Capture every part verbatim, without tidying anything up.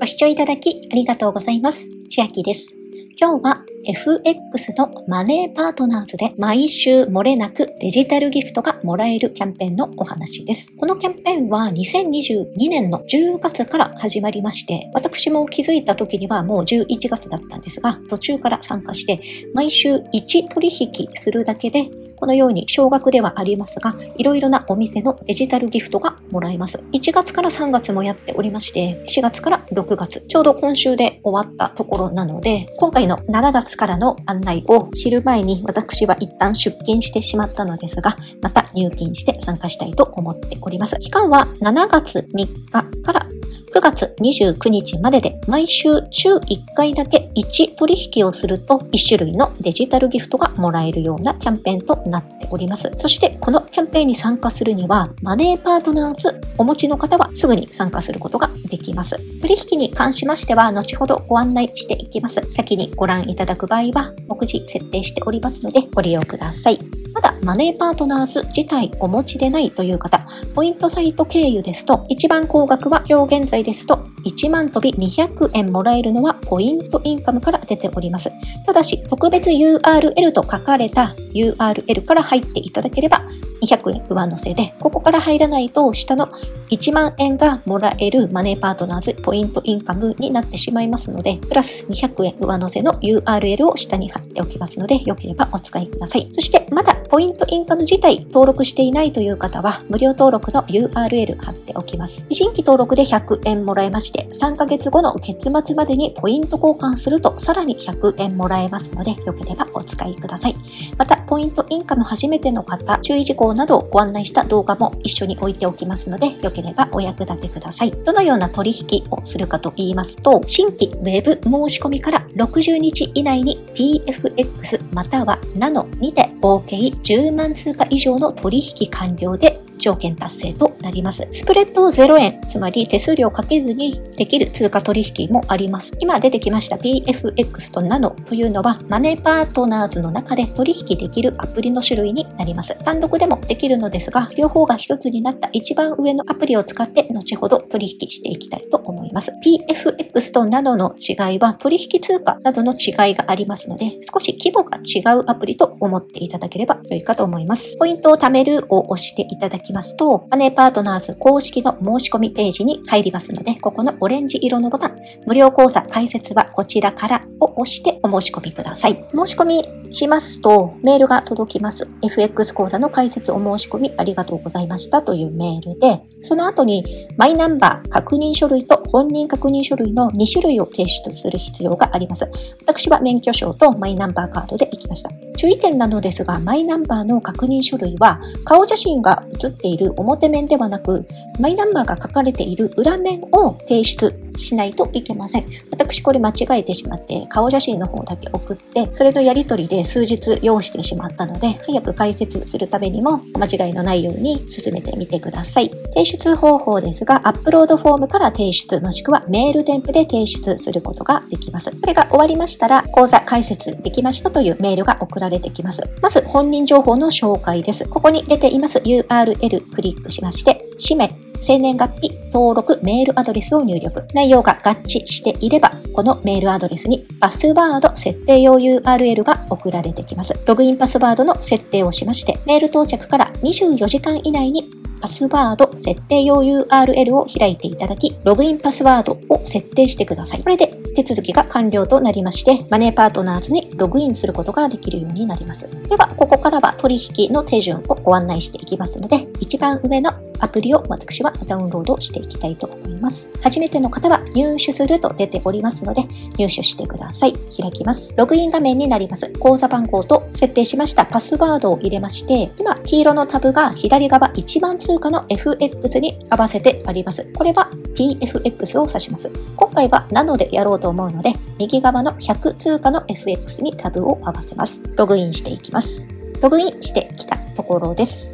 ご視聴いただきありがとうございます。千秋です。今日は エフエックス のマネーパートナーズで毎週漏れなくデジタルギフトがもらえるキャンペーンのお話です。このキャンペーンはにせんにじゅうにねんのじゅうがつから始まりまして、私も気づいた時にはもうじゅういちがつだったんですが、途中から参加して毎週いち取引するだけでこのように少額ではありますが、いろいろなお店のデジタルギフトがもらえます。いちがつからさんがつもやっておりまして、しがつからろくがつ、ちょうど今週で終わったところなので、今回のしちがつからの案内を知る前に私は一旦出勤してしまったのですが、また入金して参加したいと思っております。期間はしちがつみっかからくがつにじゅうくにちまでで、毎週週いっかいだけいち取引をするといち種類のデジタルギフトがもらえるようなキャンペーンとなっております。そしてこのキャンペーンに参加するにはマネーパートナーズお持ちの方はすぐに参加することができます。取引に関しましては後ほどご案内していきます。先にご覧いただく場合は目次設定しておりますのでご利用ください。まだマネーパートナーズ自体お持ちでないという方、ポイントサイト経由ですと一番高額は今日現在ですといちまん飛びにひゃくえんもらえるのはポイントインカムから出ております。ただし特別 ユーアールエル と書かれた ユーアールエル から入っていただければにひゃくえん上乗せで、ここから入らないと下のいちまんえんがもらえるマネーパートナーズポイントインカムになってしまいますので、プラスにひゃくえん上乗せの ユーアールエル を下に貼っておきますので、よければお使いください。そしてまだポイントインカム自体登録していないという方は無料登録の ユーアールエル 貼っておきます。新規登録でひゃくえんもらえまして、さんかげつごの月末までにポイント交換するとさらにひゃくえんもらえますので、よければお使いください。またポイントインカム初めての方、注意事項などをご案内した動画も一緒に置いておきますので、よければお役立てください。どのような取引をするかと言いますと、新規ウェブ申し込みからろくじゅうにち以内に ピーエフエックス またはナノにて合計じゅうまん通貨以上の取引完了で条件達成となります。スプレッドゼロえん、つまり手数料かけずにできる通貨取引もあります。今出てきました ピーエフエックス とナノというのはマネーパートナーズの中で取引できるアプリの種類になります。単独でもできるのですが、両方が一つになった一番上のアプリを使って後ほど取引していきたいと思います。ピーエフエックス とナノの違いは取引通貨などの違いがありますので、少し規模が違うアプリと思っていただければ良いかと思います。ポイントを貯めるを押していただきますと、マネーパートナーズ公式の申し込みページに入りますので、ここのオレンジ色のボタン、無料講座開設はこちらからを押してお申し込みください。申し込みしますとメールが届きます。エフエックス 講座の開設お申し込みありがとうございましたというメールで、その後にマイナンバー確認書類と本人確認書類のに種類を提出する必要があります。私は免許証とマイナンバーカードで行きました。注意点なのですが、マイナンバーの確認書類は顔写真が写っている表面ではなく、マイナンバーが書かれている裏面を提出しないといけません。私これ間違えてしまって顔写真の方だけ送って、それのやり取りで数日要してしまったので、早く解説するためにも間違いのないように進めてみてください。提出方法ですが、アップロードフォームから提出もしくはメール添付で提出することができます。それが終わりましたら、講座開設できましたというメールが送られてきます。まず本人情報の紹介です。ここに出ています ユーアールエル クリックしまして、氏名、生年月日、登録、メールアドレスを入力。内容が合致していれば、このメールアドレスにパスワード設定用 ユーアールエル が送られてきます。ログインパスワードの設定をしまして、メール到着からにじゅうよじかん以内にパスワード設定用 ユーアールエル を開いていただき、ログインパスワードを設定してください。これで手続きが完了となりまして、マネーパートナーズにログインすることができるようになります。では、ここからは取引の手順をご案内していきますので、一番上のアプリを私はダウンロードしていきたいと思います。初めての方は入手すると出ておりますので、入手してください。開きます。ログイン画面になります。口座番号と設定しましたパスワードを入れまして、今、黄色のタブが左側いちまん通貨の エフエックス に合わせてあります。これは ピーエフエックス を指します。今回はナノでやろうと思うので、右側のひゃく通貨の エフエックス にタブを合わせます。ログインしていきます。ログインしてきたところです。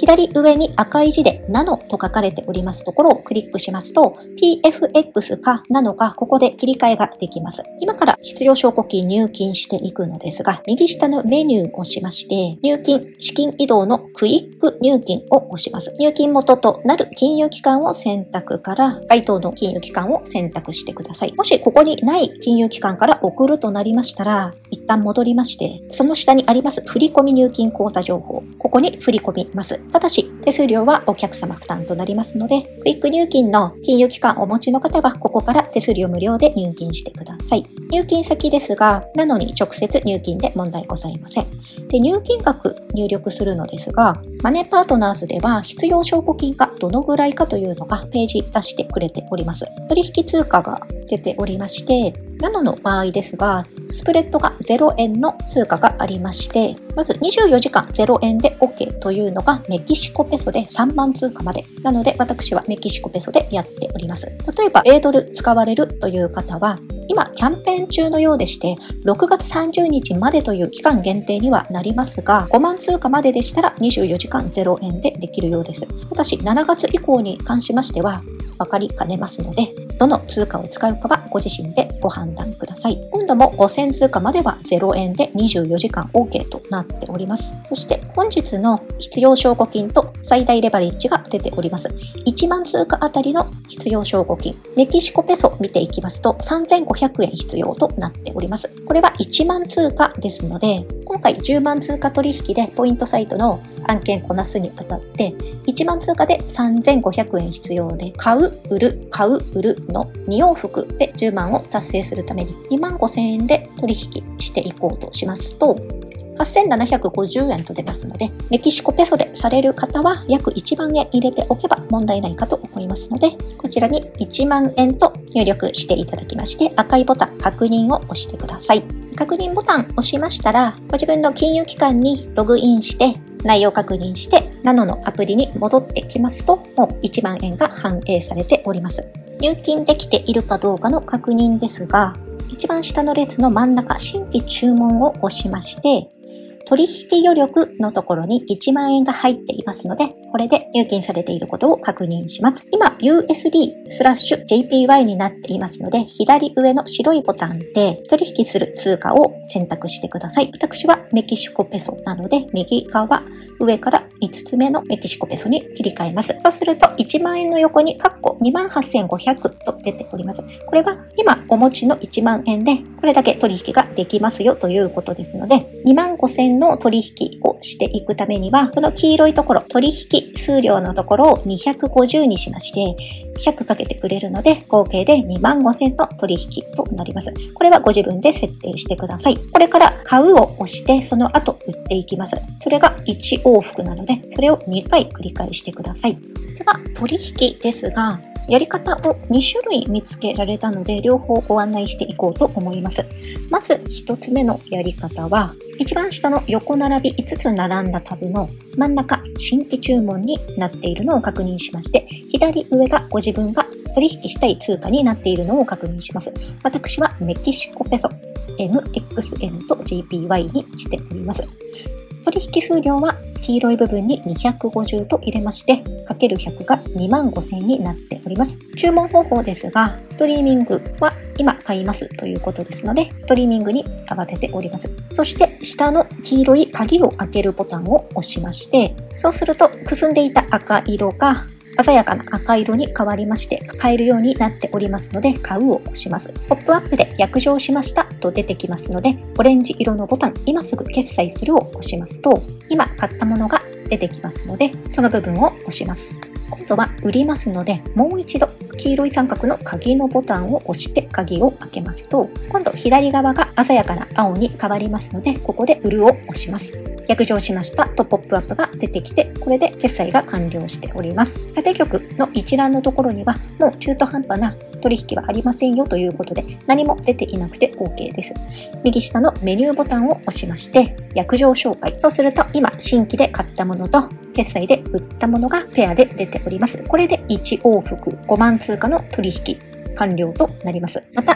左上に赤い字でナノと書かれておりますところをクリックしますと、ピーエフエックス かナノかここで切り替えができます。今から必要証拠金入金していくのですが、右下のメニューを押しまして、入金、資金移動のクイック入金を押します。入金元となる金融機関を選択から、該当の金融機関を選択してください。もしここにない金融機関から送るとなりましたら、一旦戻りまして、その下にあります振込入金口座情報、ここに振り込みます。ただし、手数料はお客様負担となりますので、クイック入金の金融機関をお持ちの方は、ここから手数料無料で入金してください。入金先ですが、なのに直接入金で問題ございません。で、入金額入力するのですが、マネーパートナーズでは必要証拠金がどのぐらいかというのがページ出してくれております。取引通貨が出ておりまして、ナノの場合ですが、スプレッドがゼロえんの通貨がありまして、まずにじゅうよじかんゼロえんで OK というのがメキシコペソでさんまん通貨まで。なので私はメキシコペソでやっております。例えば米ドル使われるという方は、今キャンペーン中のようでして、ろくがつさんじゅうにちまでという期間限定にはなりますが、ごまん通貨まででしたらにじゅうよじかんゼロえんでできるようです。ただししちがつ以降に関しましては、分かりかねますので、どの通貨を使うかはご自身でご判断ください。今度もごせん通貨まではゼロえんでにじゅうよじかん OK となっております。そして本日の必要証拠金と最大レバレッジが出ております。いちまん通貨あたりの必要証拠金、メキシコペソ見ていきますとさんぜんごひゃくえん必要となっております。これはいちまん通貨ですので、今回じゅうまん通貨取引でポイントサイトの案件こなすにあたっていちまん通貨でさんぜんごひゃくえん必要で、買う、売る、買う、売るのに往復でじゅうまんを達成するためににまんごせんえんで取引していこうとしますと、はっせんななひゃくごじゅうえんと出ますので、メキシコペソでされる方は約いちまんえん入れておけば問題ないかと思いますので、こちらにいちまんえんと入力していただきまして、赤いボタン確認を押してください。確認ボタンを押しましたら、ご自分の金融機関にログインして内容確認して、ナノのアプリに戻ってきますと、もういちまんえんが反映されております。入金できているかどうかの確認ですが、一番下の列の真ん中、新規注文を押しまして、取引余力のところにいちまんえんが入っていますので、これで入金されていることを確認します。今、ユーエスディー スラッシュ ジェーピーワイ になっていますので、左上の白いボタンで取引する通貨を選択してください。私はメキシコペソなので、右側、上からいつつめのメキシコペソに切り替えます。そうすると、いちまんえんの横に、カッコ にまんはっせんごひゃく と出ております。これは今お持ちのいちまんえんで、これだけ取引ができますよということですので、にまんごせんの取引をしていくためには、この黄色いところ、取引数量のところをにひゃくごじゅうにしまして、ひゃくかけてくれるので、合計でにまんごせんの取引となります。これはご自分で設定してください。これから買うを押して、その後売っていきます。それがいち往復なので、それをにかい繰り返してください。では、取引ですが、やり方をにしゅるい見つけられたので、両方ご案内していこうと思います。まずひとつめのやり方は、一番下の横並びいつつ並んだタブの真ん中、新規注文になっているのを確認しまして、左上がご自分が取引したい通貨になっているのを確認します。私はメキシコペソ、エムエックスエヌ と ジェーピーワイ にしております。取引数量は黄色い部分ににひゃくごじゅうと入れまして、かけるひゃくがにまんごせんになっております。注文方法ですが、ストリーミングは今買いますということですので、ストリーミングに合わせております。そして下の黄色い鍵を開けるボタンを押しまして、そうするとくすんでいた赤色が鮮やかな赤色に変わりまして、買えるようになっておりますので、買うを押します。ポップアップで約定しましたと出てきますので、オレンジ色のボタン、今すぐ決済するを押しますと、今買ったものが出てきますので、その部分を押します。今度は売りますので、もう一度黄色い三角の鍵のボタンを押して鍵を開けますと、今度左側が鮮やかな青に変わりますので、ここで売るを押します。約定しましたとポップアップが出てきて、これで決済が完了しております。縦玉の一覧のところには、もう中途半端な取引はありませんよということで、何も出ていなくて OK です。右下のメニューボタンを押しまして、約定紹介。そうすると今新規で買ったものと決済で売ったものがペアで出ております。これでいち往復ごまん通貨の取引完了となります。また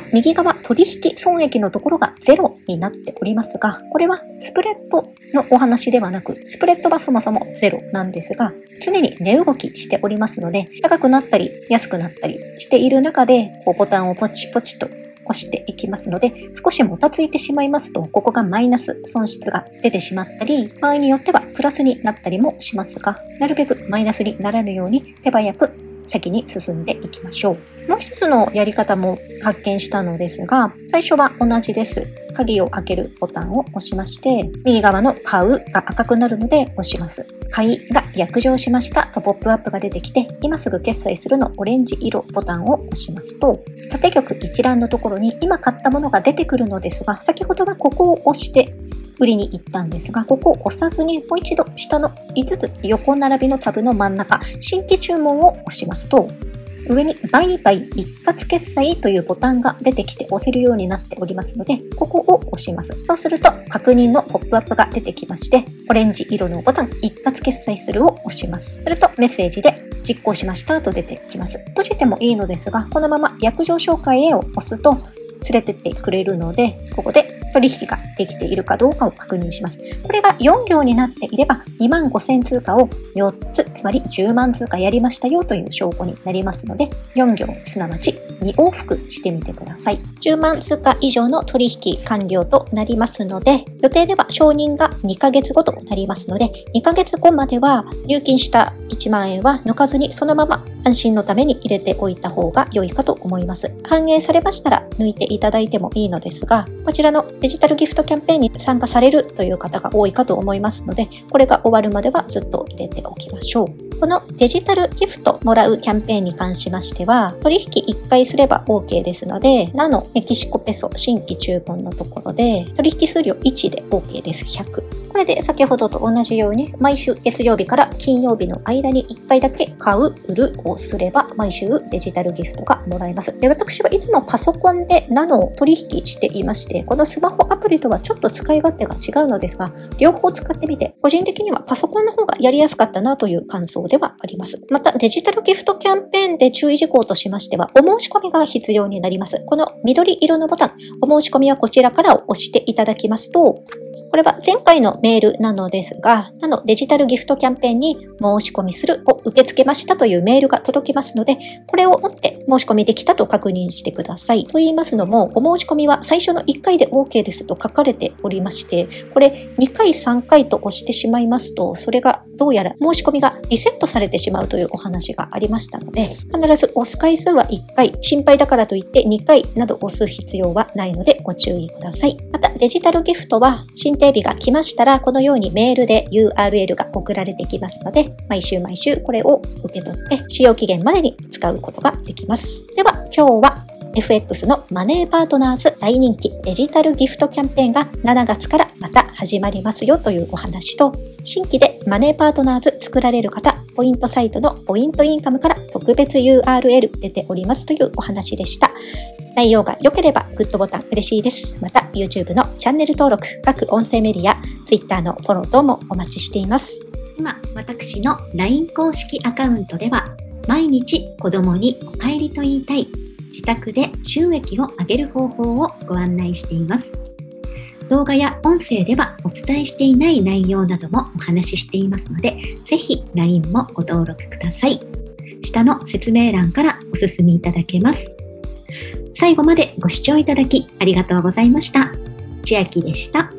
右側取引損益のところがゼロになっておりますが、これはスプレッドのお話ではなく、スプレッドはそもそもゼロなんですが、常に値動きしておりますので、高くなったり安くなったりしている中で、こうボタンをポチポチと押していきますので、少しもたついてしまいますと、ここがマイナス損失が出てしまったり、場合によってはプラスになったりもしますが、なるべくマイナスにならぬように手早く先に進んでいきましょう。もう一つのやり方も発見したのですが、最初は同じです。鍵を開けるボタンを押しまして、右側の買うが赤くなるので押します。買いが約定しましたとポップアップが出てきて、今すぐ決済するのオレンジ色ボタンを押しますと、縦玉一覧のところに今買ったものが出てくるのですが、先ほどはここを押して売りに行ったんですが、ここを押さずにもう一度下のいつつ横並びのタブの真ん中、新規注文を押しますと、上に売買一括決済というボタンが出てきて押せるようになっておりますので、ここを押します。そうすると確認のポップアップが出てきまして、オレンジ色のボタン一括決済するを押します。するとメッセージで実行しましたと出てきます。閉じてもいいのですが、このまま約定紹介へを押すと連れてってくれるので、ここで取引ができているかどうかを確認します。これがよん行になっていればにまんごせん通貨をよっつ、つまりじゅうまん通貨やりましたよという証拠になりますので、よん行すなわちに往復してみてください。じゅうまん通貨以上の取引完了となりますので、予定では承認がにかげつごとなりますので、にかげつごまでは入金したいちまんえんは抜かずにそのまま安心のために入れておいた方が良いかと思います。反映されましたら抜いていただいてもいいのですが、こちらのデジタルギフトキャンペーンに参加されるという方が多いかと思いますので、これが終わるまではずっと入れておきましょう。このデジタルギフトもらうキャンペーンに関しましては、取引いっかいすれば OK ですので、ナノメキシコペソ新規注文のところで、取引数量いちで OK です。ひゃく。これで先ほどと同じように、毎週月曜日から金曜日の間にいっかいだけ買う、売るをすれば、毎週デジタルギフトがもらえます。で、私はいつもパソコンでナノを取引していまして、このスマホアプリとはちょっと使い勝手が違うのですが、両方使ってみて、個人的にはパソコンの方がやりやすかったなという感想ではあります。また、デジタルギフトキャンペーンで注意事項としましては、お申し込みが必要になります。この緑色のボタン、お申し込みはこちらから押していただきますと、これは前回のメールなのですが、なのデジタルギフトキャンペーンに申し込みするを受け付けましたというメールが届きますので、これを持って申し込みできたと確認してください。と言いますのも、お申し込みは最初のいっかいで OK ですと書かれておりまして、これにかいさんかいと押してしまいますと、それがどうやら申し込みがリセットされてしまうというお話がありましたので、必ず押す回数はいっかい、心配だからといってにかいなど押す必要はないのでご注意ください。また、デジタルギフトは申請日が来ましたら、このようにメールで ユーアールエル が送られてきますので、毎週毎週これを受け取って使用期限までに使うことができます。では、今日はエフエックス のマネーパートナーズ大人気デジタルギフトキャンペーンがしちがつからまた始まりますよというお話と、新規でマネーパートナーズ作られる方、ポイントサイトのポイントインカムから特別 ユーアールエル 出ておりますというお話でした。内容が良ければグッドボタン嬉しいです。また YouTube のチャンネル登録、各音声メディア、Twitter のフォロー等もお待ちしています。今、私の ライン 公式アカウントでは、毎日子供にお帰りと言いたい、自宅で収益を上げる方法をご案内しています。動画や音声ではお伝えしていない内容などもお話ししていますので、ぜひ ライン もご登録ください。下の説明欄からお進みいただけます。最後までご視聴いただきありがとうございました。千秋でした。